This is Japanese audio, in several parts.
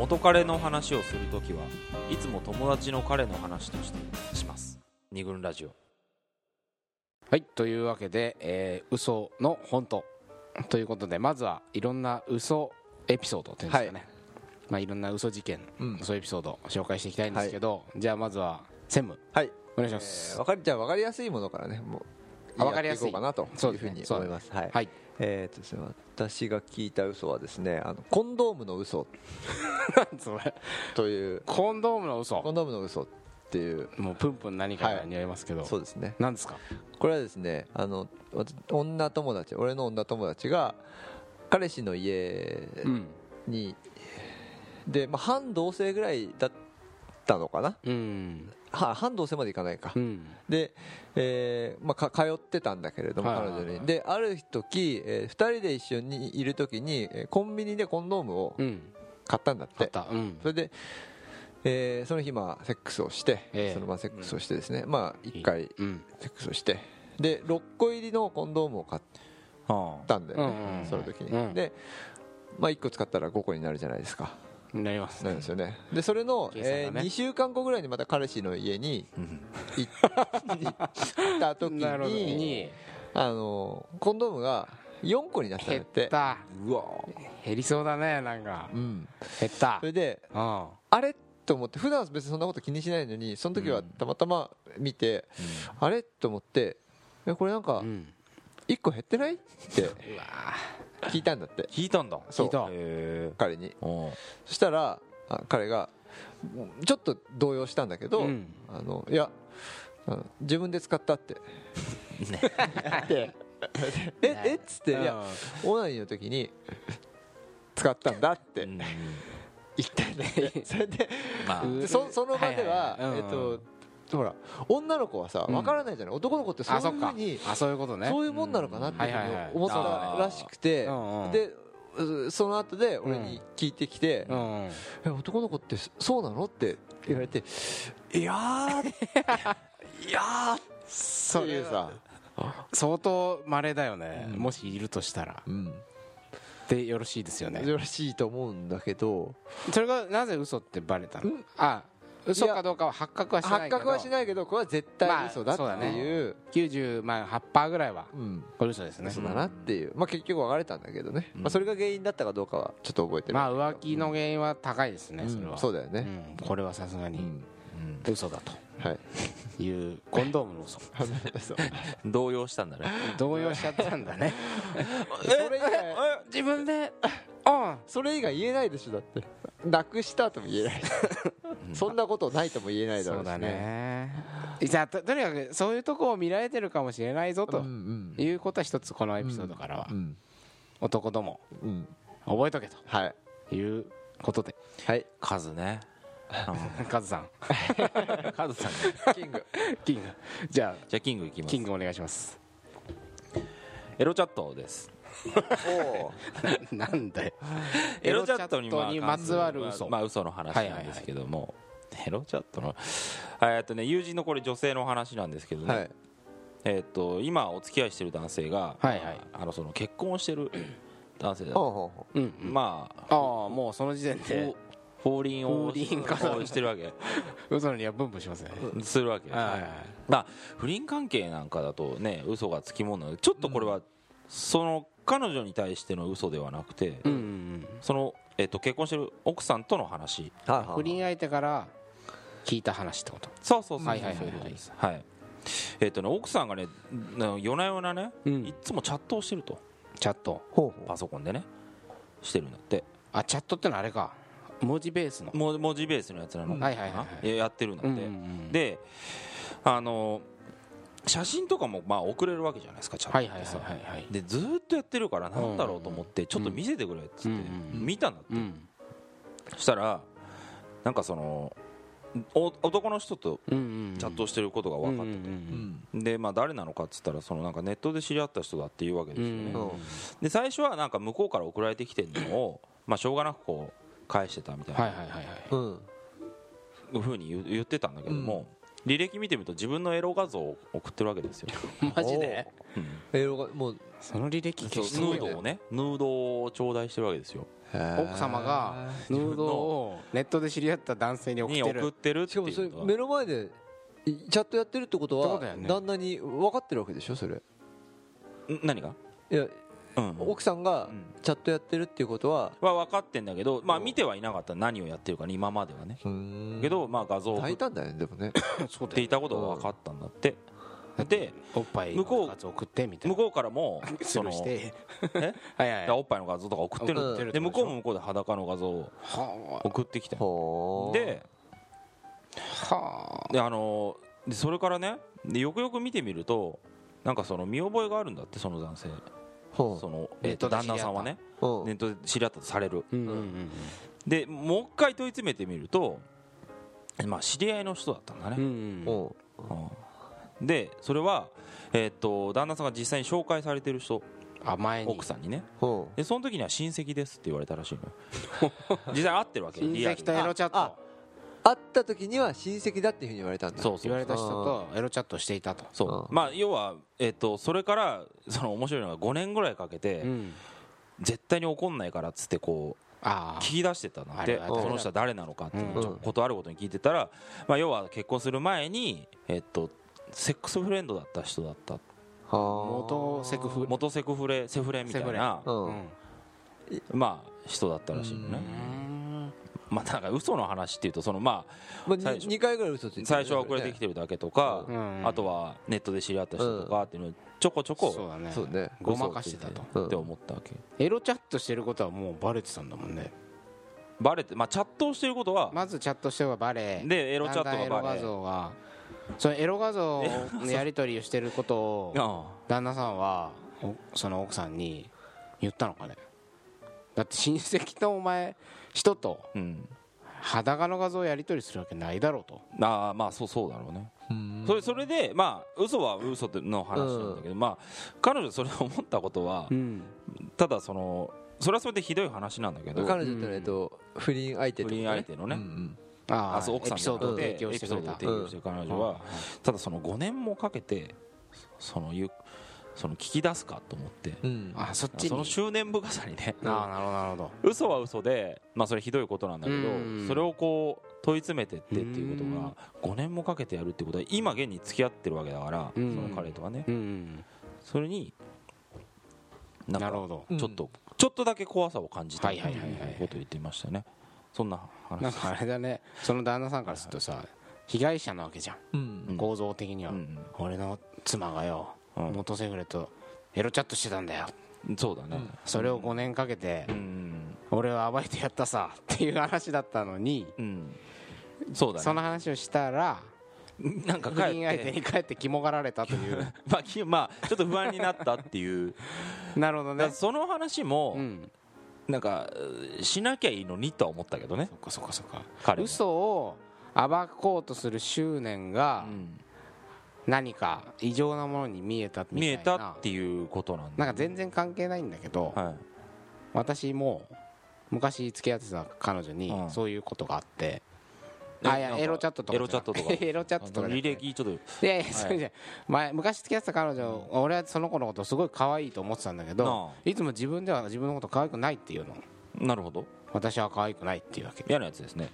元彼の話をするときはいつも友達の彼の話としてします。二軍ラジオ。 はい、というわけで、嘘の本当ということで、まずはいろんな嘘エピソードっていうんですかね、いろんな嘘事件、嘘エピソードを紹介していきたいんですけど、じゃあまずは専務、お願いします。 じゃあ分かりやすいものからね、もう分かりやすいやっていこうかなというふうに思います。ですね、私が聞いた嘘はですね、コンドームの嘘それという、 コンドームの嘘っていう、 もうプンプン何かが似合いますけど、 そうですね。 何ですか？ これはですね、俺の女友達が彼氏の家に、で、半同棲ぐらいだったのかな、半同棲までいかないか、で、通ってたんだけれども、彼女に。で、ある時、2人で一緒にいる時にコンビニでコンドームを買ったんだって。それで、その日セックスをして、そのセックスをしてですね、1回セックスをして、で6個入りのコンドームを買ったんだよね、その時に。で、1個使ったら5個になるじゃないですか。 なりますなんですよね。でそれの、2週間後ぐらいにまた彼氏の家に行った時にコンドームが4個になったんだって。 減りそうだね、なんか、減った。 それであれと思って、普段別にそんなこと気にしないのに、その時はたまたま見て、あれと思って、これなんか1個減ってないって聞いたんだって。 聞いたんだ。 そう、彼に。そしたら彼がちょっと動揺したんだけど、いや自分で使ったってえっつって、いやオナニーの時に使ったんだって言ったんで、それでその場ではほら、女の子はさ分からないじゃない、男の子ってそういうふうに、 そういうことね、 そういうもんなのかなっていうふうに思ったらしくて、でその後で俺に聞いてきて、男の子ってそうなのって言われて、いやそういうさ、 相当稀だよね、もしいるとしたら。でよろしいですよね。 よろしいと思うんだけど、 それがなぜ嘘ってバレたの？嘘かどうかは発覚はしないけど、 これは絶対嘘だっていう、 98% ぐらいはこれ嘘ですね。 嘘だなっていう、結局別れたんだけどね、それが原因だったかどうかはちょっと覚えてない。 浮気の原因は高いですね、それは。 そうだよね。 これはさすがに嘘だというコンドームの嘘。 動揺したんだね。 動揺しちゃったんだね。 それ以外自分でそれ以外言えないでしょ。だってなくしたとも言えないそんなことないとも言えないだろうしね。そうだね。じゃあ とにかくそういうとこを見られてるかもしれないぞということは一つ、このエピソードからは男ども覚えとけということで、 カズね、 カズさんカズさんキングじゃあキングいきます。 キングお願いします。 エロチャットです。 なんだよ。 エロチャットにまつわる嘘、 嘘の話なんですけども、エロチャットの友人のこれ女性の話なんですけどね、今お付き合いしてる男性がその結婚してる男性だ。もうその時点でフォーリンをしてるわけ。 嘘にはブンブンしますね。 するわけ。不倫関係なんかだとね、嘘がつきものなので、ちょっとこれはその彼女に対しての嘘ではなくて、その結婚してる奥さんとの話、 不倫相手から聞いた話ってこと。 そうそうそう、奥さんがね、夜な夜なね、いつもチャットをしてると。 チャットパソコンでねしてるんだって。 チャットってのはあれか、文字ベースのやつなの、やってるんだって。で写真とかも送れるわけじゃないですか、チャットってさ。でずーっとやってるから、なんだろうと思って、ちょっと見せてくれっつって見たんだって。そしたらなんかその男の人とチャットしてることが分かってて、で誰なのかっつったら、そのなんかネットで知り合った人だっていうわけですよね。で最初はなんか向こうから送られてきてるのをしょうがなくこう返してたみたいなふうに言ってたんだけども、履歴見てみると自分のエロ画像を送ってるわけですよ。 マジで？ エロがもうその履歴ヌードをちょうだいしてるわけですよ。 奥様がヌードをネットで知り合った男性に送ってるっていう。 しかもそれ目の前でチャットやってるってことは旦那に分かってるわけでしょそれ。 何が？ いや、奥さんがチャットやってるっていうことは分かってんだけど、まあ見てはいなかった、何をやってるかね今まではね。けどまあ画像を大胆だよねでもね。 送っていたことが分かったんだって。でおっぱいの画像送ってみたいな、 向こうからもそのしておっぱいの画像とか送ってる。で向こうも向こうで裸の画像を送ってきた。でそれからね、よくよく見てみるとなんかその見覚えがあるんだって、その男性、その旦那さんはねネットで知り合ったとされる。でもう一回問い詰めてみると、まあ知り合いの人だったんだね。でそれは旦那さんが実際に紹介されてる人、奥さんにね。でその時には親戚ですって言われたらしいのよ。実際会ってるわけ。 親戚とエロチャット、 会った時には親戚だっていうふうに言われたんだ。 そう言われた人とエロチャットしていたと。 そう、まあ要はそれからその面白いのが5年ぐらいかけて絶対に怒んないからっつってこう聞き出してたなんて、その人は誰なのかっていうのをことあるごとに聞いてたら、まあ要は結婚する前にセックスフレンドだった人だった。 元セクフレセフレみたいなまあ人だったらしいのね。まあなんか嘘の話っていうとそのまあ 2回ぐらい嘘ついてる、 最初は遅れてきてるだけとか、あとはネットで知り合った人とかっていうのをちょこちょこそうねごまかしてたとって思ったわけ。 エロチャットしてることはもうバレてたんだもんね。 バレて、まあチャットをしてることはまずチャットしてるのがバレでエロチャットがバレ、 エロ画像がそのエロ画像のやり取りをしてることを旦那さんはその奥さんに言ったのかね。だって親戚とお前人と裸の画像をやり取りするわけないだろうと。 まあそうだろうね。それでまあ嘘は嘘の話なんだけど、まあ彼女それを思ったことはただそれはそれでひどい話なんだけど、 彼女と不倫相手のね奥さんエピソードを提供してくれた彼女はただその5年もかけてその聞き出すかと思って、 そっちにその執念深さにね。 なるほど。 嘘は嘘で、まあそれひどいことなんだけど、それをこう問い詰めてってっていうことが5年もかけてやるってことは今現に付き合ってるわけだから、その彼とはね。それになんかちょっとだけ怖さを感じたということを言っていましたね。そんな話。 なんかあれだね、その旦那さんからするとさ被害者なわけじゃん、構造的には。俺の妻がよ元セフレとエロチャットしてたんだよ。 そうだね。 それを5年かけて俺は暴いてやったさっていう話だったのに、 そうだね。 その話をしたらなんか不倫相手に帰って肝がられたというまあちょっと不安になったっていうなるほどね。 その話もなんかしなきゃいいのにとは思ったけどね。 そっか嘘を暴こうとする執念が何か異常なものに見えたみたいなっていうことなんだ。 なんか全然関係ないんだけど、私も昔付き合ってた彼女にそういうことがあって、いやエロチャットとか履歴ちょっといやそれじゃ昔付き合ってた彼女、俺はその子のことすごい可愛いと思ってたんだけど、いつも自分では自分のこと可愛くないっていうの。 なるほど。 私は可愛くないっていうわけ。 嫌なやつですね。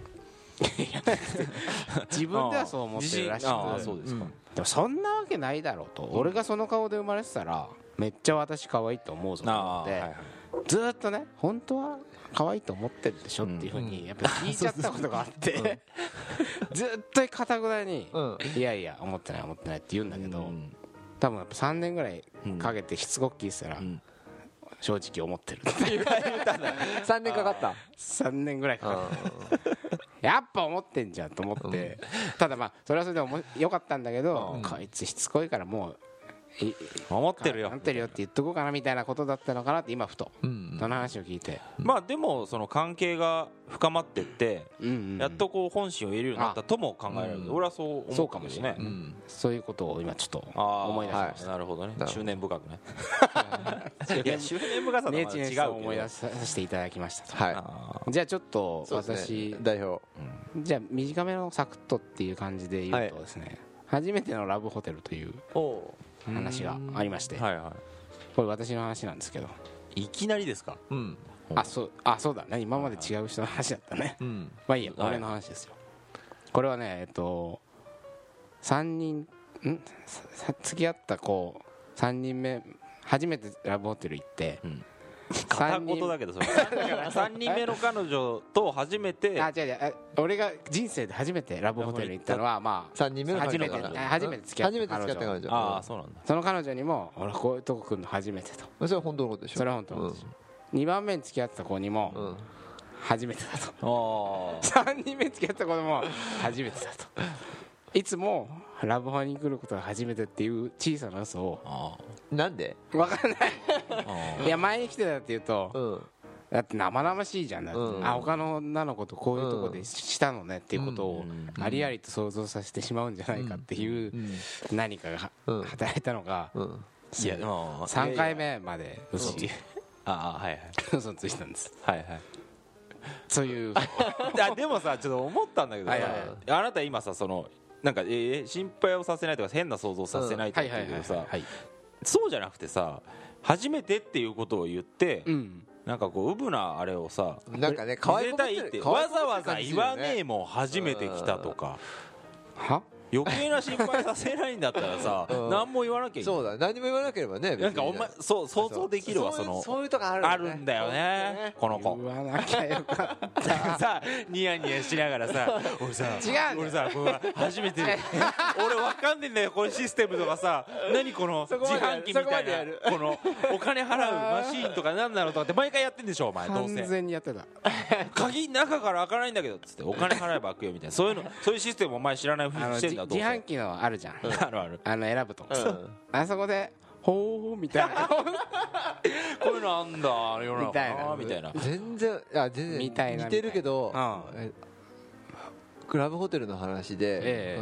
自分ではそう思ってるらしく、 そうですか。 でもそんなわけないだろうと、俺がその顔で生まれてたらめっちゃ私可愛いと思うぞと思って、ずっとね本当は可愛いと思ってるでしょっていうふうにやっぱ聞いちゃったことがあってずっと堅くなにいやいや思ってないって言うんだけど、多分やっぱ3年ぐらいかけてしつこく聞いてたら正直思ってるって言ったんだ。 3年かかった。 3年ぐらいかかったやっぱ思ってんじゃんと思って、ただまあそれはそれでよかったんだけど、こいつしつこいからもう思ってるよって言っとこうかなみたいなことだったのかなって今ふとその話を聞いて、 まあでもその関係が深まってってやっとこう本心を言えるようになったとも考えられる。俺はそう思うかもしれない。 そういうことを今ちょっと思い出しました。 なるほどね。執念深くね。いや執念深さとは違うけど思い出させていただきました。じゃあちょっと私代表じゃあ短めのサクッとっていう感じで言うとですね、初めてのラブホテルという話がありまして、これ私の話なんですけど。 いきなりですか？ そうだね、今まで違う人の話だったね、まあいいや、俺の話ですよ。これはね3人付き合った子3人目初めてラブホテル行って、 片言だけどそれ3人目の彼女と初めて違う俺が人生で初めてラブホテルに行ったのはまあ 3人目の彼女初めて付き合った彼女。 ああそうなんだ。 その彼女にも俺こういうとこ来るの初めてと。 それは本当のことでしょ。 それは本当のことでしょ。2番目に付き合った子にも初めてだと。3人目に付き合った子にも初めてだと。いつもラブホに来ることが初めてっていう小さな嘘を。 なんで分かんないいや前に来てたって言うと、だって生々しいじゃん。だって他の女の子とこういうとこでしたのねっていうことをありありと想像させてしまうんじゃないかっていう何かが働いたのが、いやでも3回目まで嘘つい嘘ついたんです。そういうでもさちょっと思ったんだけどあなた今さそのなんか心配をさせないとか変な想像させないとかっていうけどさ、そうじゃなくてさ初めてっていうことを言って、なんかこうウブなあれをさなんかね見せたいってわざわざ言わねえもん初めて来たとか余計な心配させないんだったらさ何も言わなきゃいけない。 そうだ、何も言わなければね。 なんかお前想像できるわ。 そういうとこあるんだよねこの子。 言わなきゃよかったさニヤニヤしながらさ俺さこれ初めて俺わかんねえんだよこのシステムとかさ何この自販機みたいなこのお金払うマシーンとか何なのとかって毎回やってんでしょお前。どうせ完全にやってた。 鍵中から開かないんだけどっつってお金払えば開くよみたいなそういうシステムお前知らないふうにしてんだ。 自販機のあるじゃん選ぶとあそこでほーみたいなこういうのあんだ世の中みたいな。 全然似てるけどクラブホテルの話で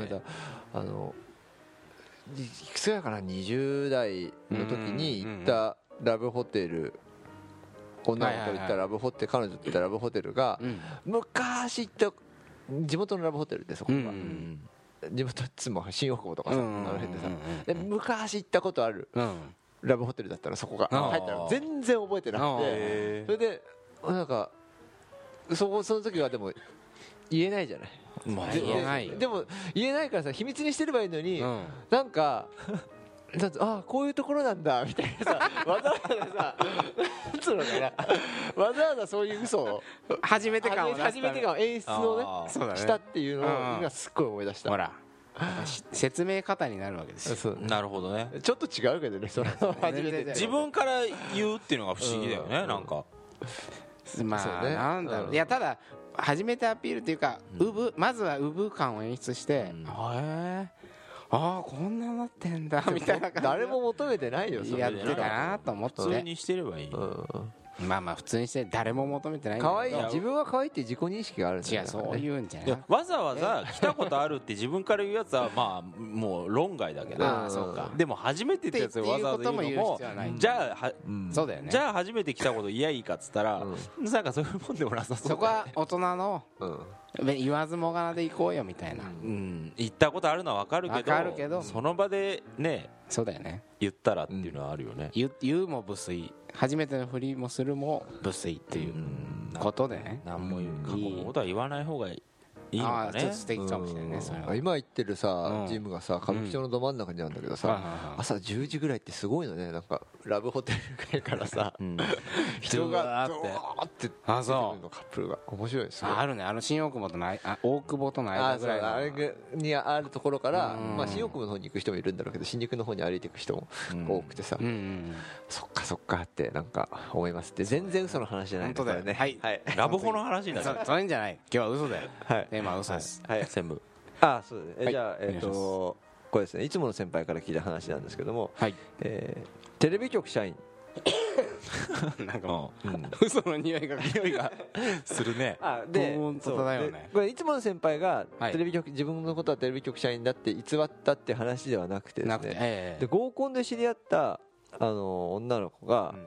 いくつぐらいかな20代の時に行ったラブホテル女の子と行ったラブホテル彼女と行ったラブホテルが昔行った地元のラブホテルでそこが地元いつも新大久保とかさあの辺でさで昔行ったことあるラブホテルだったらそこが入ったら全然覚えてなくてそれでなんかその時はでも言えないじゃない。 言えないでも言えないからさ秘密にしてればいいのになんかあこういうところなんだみたいなさわざわざさなんつうのかなわざわざそういう嘘を初めて感を演出をねしたっていうのを今すっごい思い出した。 ほら説明方になるわけですよ。 なるほどね。 ちょっと違うけどねそれ初めて自分から言うっていうのが不思議だよねなんか。 まあなんだろういやただ初めてアピールっていうかまずはウブ感を演出してああこんななってんだみたいな感じ誰も求めてないよやってたなと思って普通にしてればいい。 まあ普通にして誰も求めてないんだけど自分は可愛いって自己認識があるんだよ。 違うそういうんじゃない。 わざわざ来たことあるって自分から言うやつはまあもう論外だけどでも初めてってやつわざわざ言うのもじゃあ初めて来たこと言やいいかっつったらなんかそういうもんでもなさそう。 そこは大人の言わずもがなで行こうよみたいな言ったことあるのは分かるけどその場でねそうだよね言ったらっていうのはあるよね。 言うも無粋初めてのふりもするも無粋っていうことでね何も過去のことは言わない方がいいのかね。 ちょっと素敵かもしれないねそれは。 今行ってるさジムがさ歌舞伎町のど真ん中にあるんだけどさ朝10時ぐらいってすごいのね。なんかラブホテルからさ人がドーって出てくるのカップルが面白いです。 あるね新大久保との大久保との間ぐらいのあれにあるところから新大久保の方に行く人もいるんだろうけど新宿の方に歩いていく人も多くてさそっかってなんか思いますって全然嘘の話じゃないんだからね。 はいラブホの話になっちゃう。 そういうんじゃない今日は嘘だよ。テーマは嘘です。 全部そうですね。じゃあこれですねいつもの先輩から聞いた話なんですけどもテレビ局社員なんかもう嘘の匂いがするね。 でこれいつもの先輩が自分のことはテレビ局社員だって偽ったって話ではなくてですねで合コンで知り合った女の子が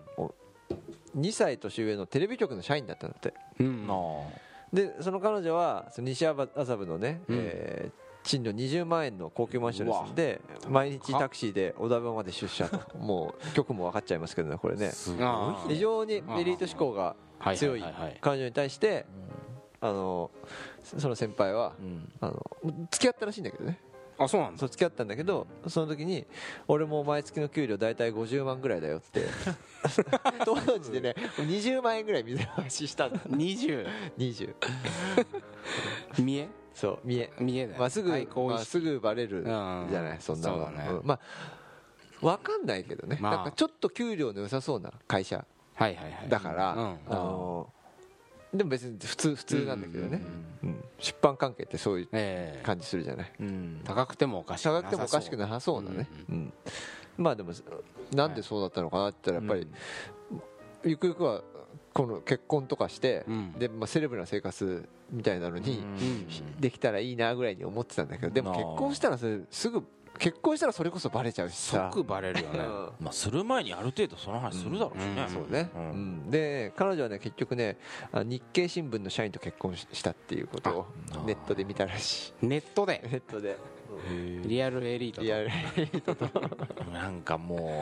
2歳年上のテレビ局の社員だったんだって。でその彼女は西麻布のね賃料20万円の高級マンションに住んで毎日タクシーで小田原まで出社ともう局も分かっちゃいますけどねこれね非常にエリート志向が強い彼女に対してその先輩は付き合ったらしいんだけどね。 あ、そうなんだ。 そう付き合ったんだけど、その時に俺も毎月の給料大体50万ぐらいだよって当時でね20万円ぐらい水増ししたんだ。 20見え、 そう見えだよ、 すぐバレるじゃない、そんなのは。まあ分かんないけどね、なんかちょっと給料の良さそうな会社だから、でも別に普通なんだけどね、出版関係ってそういう感じするじゃない、 高くてもおかしくなさそうなね。まあでもなんでそうだったのかなって言ったら、やっぱりゆくゆくはこの結婚とかして、でセレブな生活みたいなのにできたらいいなぐらいに思ってたんだけど、でも結婚したら結婚したらそれこそバレちゃうしさ、 即バレるよね。 まあする前にある程度その話するだろうしね。 そうね。で彼女はね結局ね日経新聞の社員と結婚したっていうことをネットで見たらしい。 ネットでリアルエリートとなんかも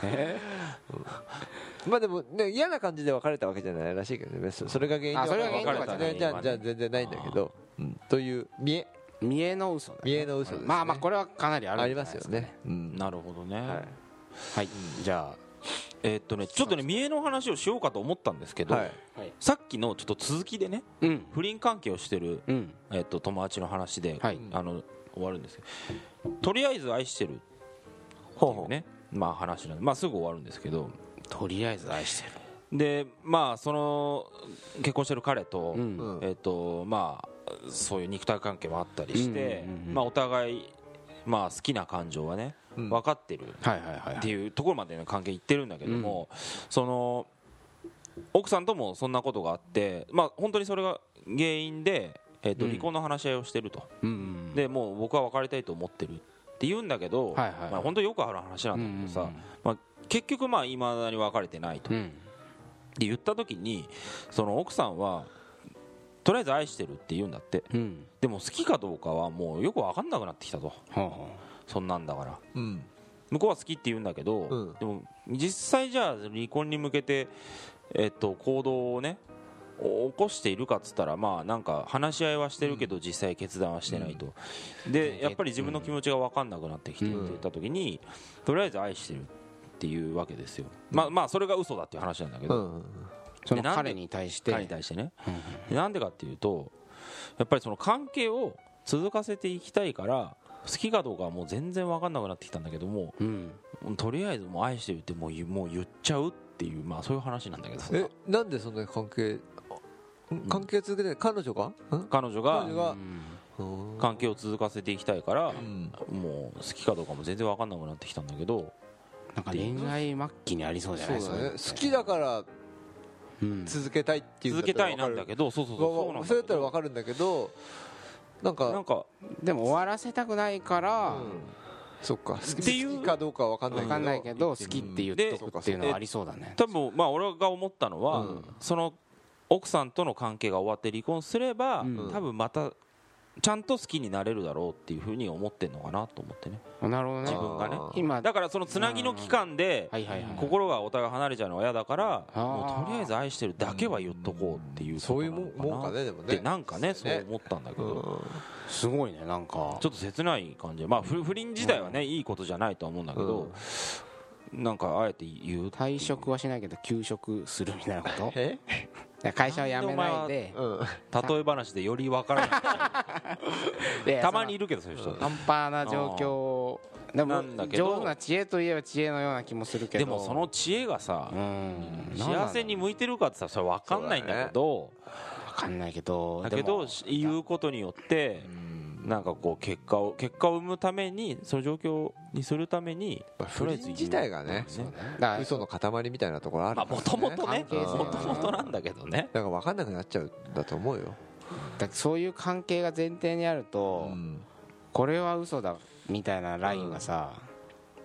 うまあでもね嫌な感じで別れたわけじゃないらしいけどね、それが原因で別れたね。じゃあ全然ないんだけど、という見栄の嘘ですね。 まあこれはかなりありますよね。 なるほどね。 はい、じゃあちょっとね見栄の話をしようかと思ったんですけど、さっきのちょっと続きでね、不倫関係をしてる友達の話で終わるんですけど、とりあえず愛してるっていうね話なんで、すぐ終わるんですけど、 とりあえず愛してるでその結婚してる彼とそういう肉体関係もあったりして、お互い好きな感情はね分かってるっていうところまでの関係いってるんだけども、その奥さんともそんなことがあって、本当にそれが原因で離婚の話し合いをしてると。でもう僕は別れたいと思ってるって言うんだけど、本当によくある話なんだけどさ、結局いまだに別れてないと。で言った時にその奥さんはとりあえず愛してるって言うんだって、でも好きかどうかはもうよく分かんなくなってきたと、そんなんだから、向こうは好きって言うんだけど、でも実際じゃあ離婚に向けて、行動をね起こしているかっつったらなんか話し合いはしてるけど実際決断はしてないと。でやっぱり自分の気持ちが分かんなくなってきてって言った時に、とりあえず愛してるっていうわけですよ。それが嘘だっていう話なんだけど、 その彼に対してね、なんでかっていうと、やっぱりその関係を続かせていきたいから、好きかどうかはもう全然分かんなくなってきたんだけども、とりあえずもう愛してるってもう言っちゃうっていう、そういう話なんだけどさ。 なんでそんな関係続けて彼女が関係を続かせていきたいから、もう好きかどうかも全然分かんなくなってきたんだけど、 なんか恋愛末期にありそうじゃないですか。 好きだから続けたいっていう続けたいなんだけど、そうだったら分かるんだけど、なんかでも終わらせたくないから、 そっか、好きかどうかは分かんないけど好きって言っとくっていうのはありそうだね。 多分俺が思ったのは、その奥さんとの関係が終わって離婚すれば、多分またちゃんと好きになれるだろうっていうふうに思ってんのかなと思ってね。 なるほどね。 自分がね今だからそのつなぎの期間で心がお互い離れちゃうのは嫌だから、もうとりあえず愛してるだけは言っとこうっていう、 そういうもんかね。でもね、 なんかねそう思ったんだけど、 すごいね、なんかちょっと切ない感じで、不倫自体はねいいことじゃないとは思うんだけど、なんかあえて言う、 退職はしないけど休職するみたいなこと。会社を辞めないで、 例え話でより分からないたまにいるけど、そういう人半端な状況でも上手な知恵といえば知恵のような気もするけど、 でもその知恵がさ幸せに向いてるかってさ、それ分かんないんだけど、 分かんないけど、 だけど言うことによってなんかこう結果を生むために、その状況にするために不倫自体がね嘘の塊みたいなところあるからね。 もともとね、もともとなんだけどね、 だから分かんなくなっちゃうんだと思うよ。 だそういう関係が前提にあると、これは嘘だみたいなラインがさ、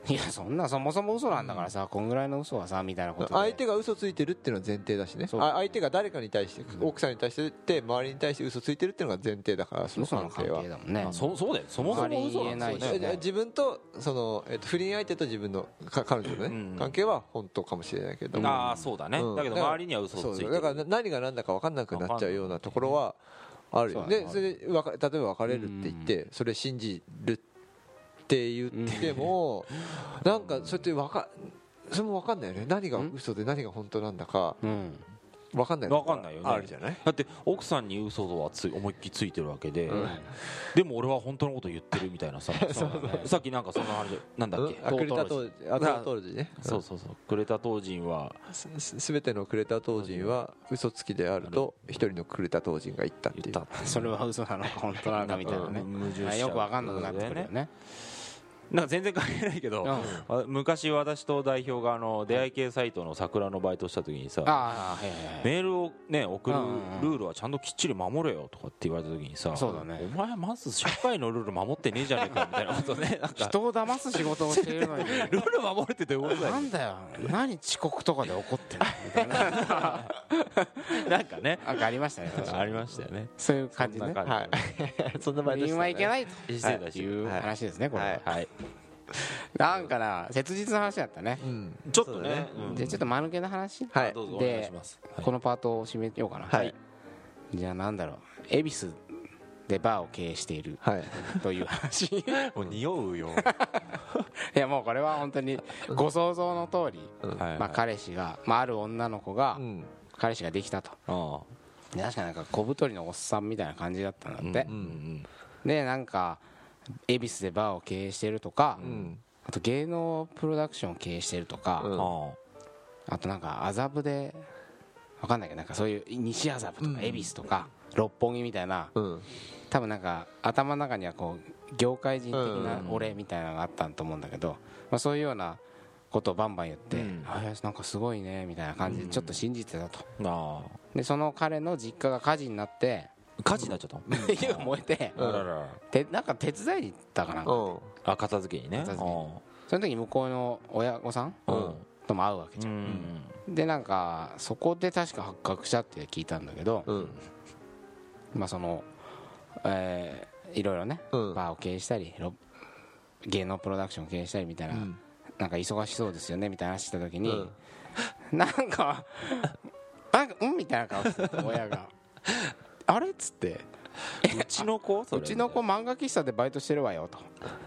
いやそんなそもそも嘘なんだからさ、こんぐらいの嘘はさみたいなことで、 相手が嘘ついてるっていうのは前提だしね、相手が誰かに対して、奥さんに対してって周りに対して嘘ついてるっていうのが前提だから、その嘘の関係だもんね。 そうだよ、そもそも嘘なんですよね。 自分とその不倫相手と自分の彼女のね関係は本当かもしれないけど、 ああそうだね、だけど周りには嘘をついてる。 だから何が何だか分かんなくなっちゃうようなところはあるよね。それで例えば別れるって言ってそれ信じるって言ってもなんかそうやってそれも分かんないよね。何が嘘で何が本当なんだか分かんないよね。あるじゃない。 だって奥さんに嘘は思いっきりついてるわけで、でも俺は本当のこと言ってるみたいなさ、さっきなんかそんな話なんだっけ、 クレタ当時ね、 そうクレタ当人は全てのクレタ当人は嘘つきであると一人のクレタ当人が言ったっていう、 それは嘘なのか本当なのかみたいなね、よく分かんなくなってくるよね。 なんか全然関係ないけど、昔私と代表が出会い系サイトの桜のバイトした時にさ、メールをね送るルールはちゃんときっちり守れよとかって言われた時にさ、 そうだね、 お前まず社会のルール守ってねえじゃねえかみたいなことね、なんか人を騙す仕事をしているのにルール守れてどういうことだよ、 なんだよ何遅刻とかで怒ってんのみたいななんかね、 なんかありましたね、 ありましたよね、 そういう感じね。 そんなバイトしてたね。 はいけないという話ですね、これは。なんかな、切実な話だったね。 ちょっとね。 じゃあちょっと間抜けな話でこのパートを締めようかな。じゃあなんだろう、恵比寿でバーを経営しているという話。 もう匂うよ。 いやもうこれは本当にご想像の通り、彼氏がある女の子が彼氏ができたと。確かなんか小太りのおっさんみたいな感じだったんだって。でなんか恵比寿でバーを経営してるとか、あと芸能プロダクションを経営してるとか、あとなんか麻布で分かんないけど、なんかそういう西麻布とか恵比寿とか六本木みたいな、多分なんか頭の中にはこう業界人的な俺みたいなのがあったと思うんだけど、そういうようなことをバンバン言って、なんかすごいねみたいな感じでちょっと信じてたと。でその彼の実家が火事になって、 火事になっちゃった家が燃えて、なんか手伝いに行ったかな、 片付けにね。 その時に向こうの親御さんとも会うわけじゃん。でなんかそこで確か発覚したって聞いたんだけど、そのいろいろね、バーを経営したり芸能プロダクションを経営したりみたいな、なんか忙しそうですよねみたいな話した時に、なんかみたいな顔して親があれっつって、 うちの子漫画喫茶でバイトしてるわよと。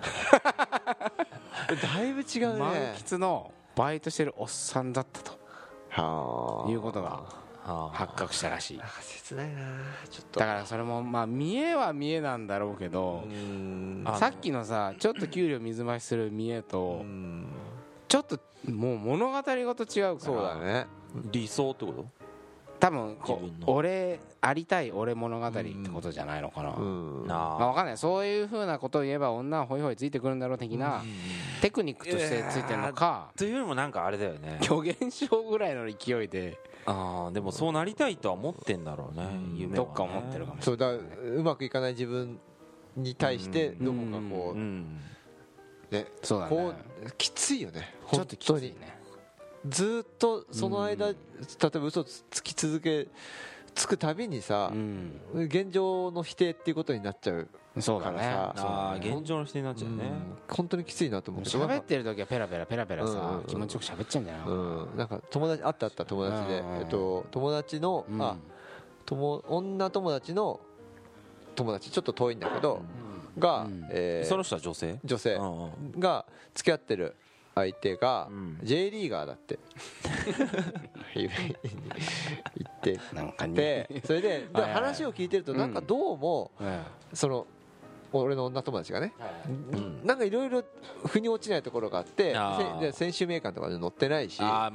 だいぶ違うね。 満喫のバイトしてるおっさんだったということが発覚したらしい。 切ないなちょっと。 だからそれも見栄は見栄なんだろうけど、さっきのさちょっと給料水増しする見栄とちょっともう物語ごと違うから。 そうだね。 理想ってこと？ 多分俺ありたい俺物語ってことじゃないのかな。分かんない。そういう風なことを言えば女はホイホイついてくるんだろう的なテクニックとしてついてるのか、 というよりもなんかあれだよね、 虚言症ぐらいの勢いで。 でもそうなりたいとは思ってんだろうね、夢はね。 どっか思ってるかもしれない。 そうだ、うまくいかない自分に対してどこかこうね、 そうだね、 こうきついよね。 ちょっときついね。 ずっとその間、例えば嘘つき続けつくたびにさ、現状の否定っていうことになっちゃうからさ、 現状の否定になっちゃうね。 本当にきついなと思って。 喋ってる時はペラペラさ、気持ちよく喋っちゃうんじゃないの。 なんか友達あった友達で、友達の女友達の友達、ちょっと遠いんだけどが、 その人は女性が付き合ってる相手が J リーガーだって言ってて、それで話を聞いてるとなんかどうもその俺の女友達がね、なんかいろいろ腑に落ちないところがあって、選手名鑑とかで載ってないし、ど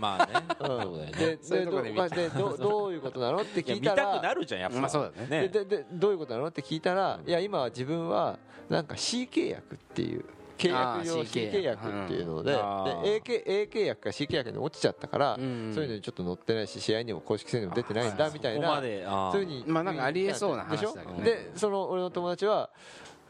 ういうことなのって聞いたら、 見たくなるじゃんやっぱ。 そうだね。 でどういうことなのって聞いたら、いや今は自分はなんか C 契約っていう契約上 C 契約っていうので、A 契約か C 契約に落ちちゃったから、そういうのにちょっと載ってないし、試合にも公式戦にも出てないんだみたいな、そういうふうになんかありえそうな話だけどね。 でその俺の友達は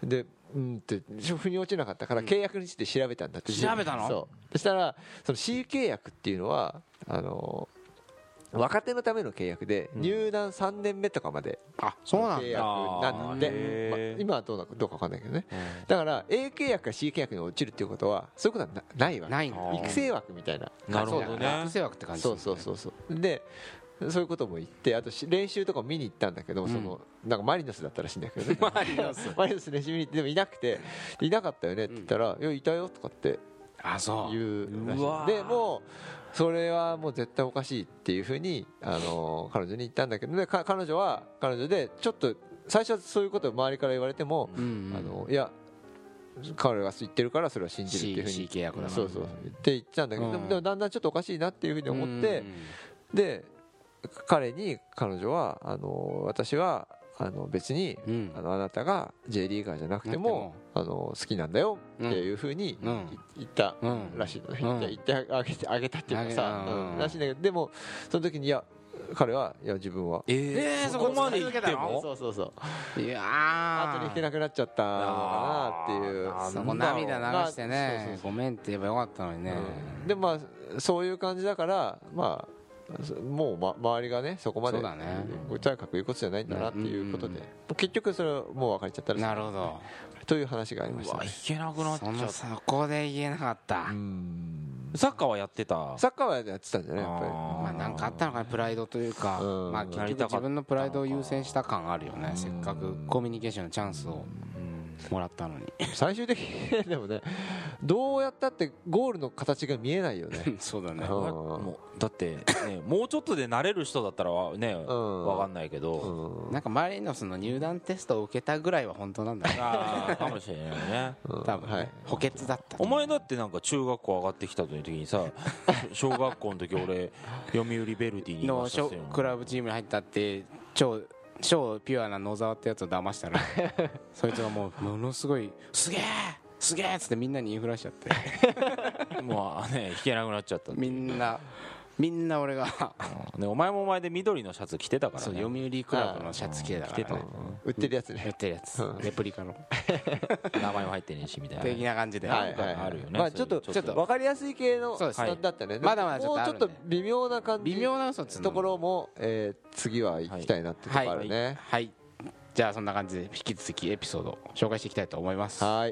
でって腑に落ちなかったから契約について調べたんだって。 調べたの？ そしたらその C 契約っていうのは若手のための契約で入団3年目とかまで契約なんで、今はどうか分かんないけどね。だから A 契約が C 契約に落ちるっていうことはそういうことはないわけ。育成枠みたいな。 なるほどね。 育成枠って感じ。 そうでそういうことも言って、あと練習とか見に行ったんだけど、なんかマリノスだったらしいんだけどね。マリノス練習見に行ってでもいなくて、いなかったよねって言ったら、いやいたよとかって言うらしい。でもそれはもう絶対おかしいっていうふうに彼女に言ったんだけどね。彼女は彼女でちょっと最初はそういうことを周りから言われても、いや彼が言ってるからそれは信じるっていうふうに C 契約だなって言っちゃうんだけど、でもだんだんちょっとおかしいなっていうふうに思って、で彼女は私は別に、あなたが J リーガーじゃなくても好きなんだよっていうふうに言ったらしいのね。言ってあげたっていうかさ、らしいんだけど、でもその時に彼はいや自分はそこまで言ってもいや後に引けなくなっちゃったのかなっていう、 そこ涙流してねごめんって言えばよかったのにね。 でもそういう感じだからもう周りがねそこまでとやかく言うことじゃないんだなっていうことで、結局それはもう別れちゃったらしい。 なるほどという話がありましたね。 いけなくなっちゃった。 そこで言えなかった。 サッカーはやってた。 サッカーはやってたんじゃないやっぱり。 なんかあったのかな、プライドというか、結局自分のプライドを優先した感あるよね。せっかくコミュニケーションのチャンスをもらったのに。 最終的にでもね、どうやったってゴールの形が見えないよね。 そうだね。 もうだってね、もうちょっとで慣れる人だったらね分かんないけど、 なんかマリノスの入団テストを受けたぐらいは本当なんだね。 かもしれないね。 多分補欠だった。 お前だってなんか中学校上がってきた時にさ、小学校の時俺読売ヴェルディにいましたよ。 クラブチームに入ったって超ピュアな野沢ってやつを騙したらそいつがものすごいすげえっつってみんなに言いふらしちゃってもうね引けなくなっちゃった。 みんな俺がお前もお前で緑のシャツ着てたからね。 そう、読売クラブのシャツ着てたからね。 売ってるやつね。 売ってるやつレプリカの名前も入ってねえしみたいな的な感じであるよね。ちょっと分かりやすい系のだったね。 まだまだもうちょっと微妙な感じのところも次は行きたいなってところあるね。 はい、じゃあそんな感じで引き続きエピソードを紹介していきたいと思います。 はい。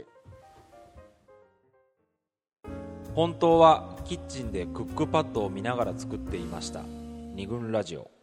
本当はキッチンでクックパッドを見ながら作っていました。二軍ラジオ。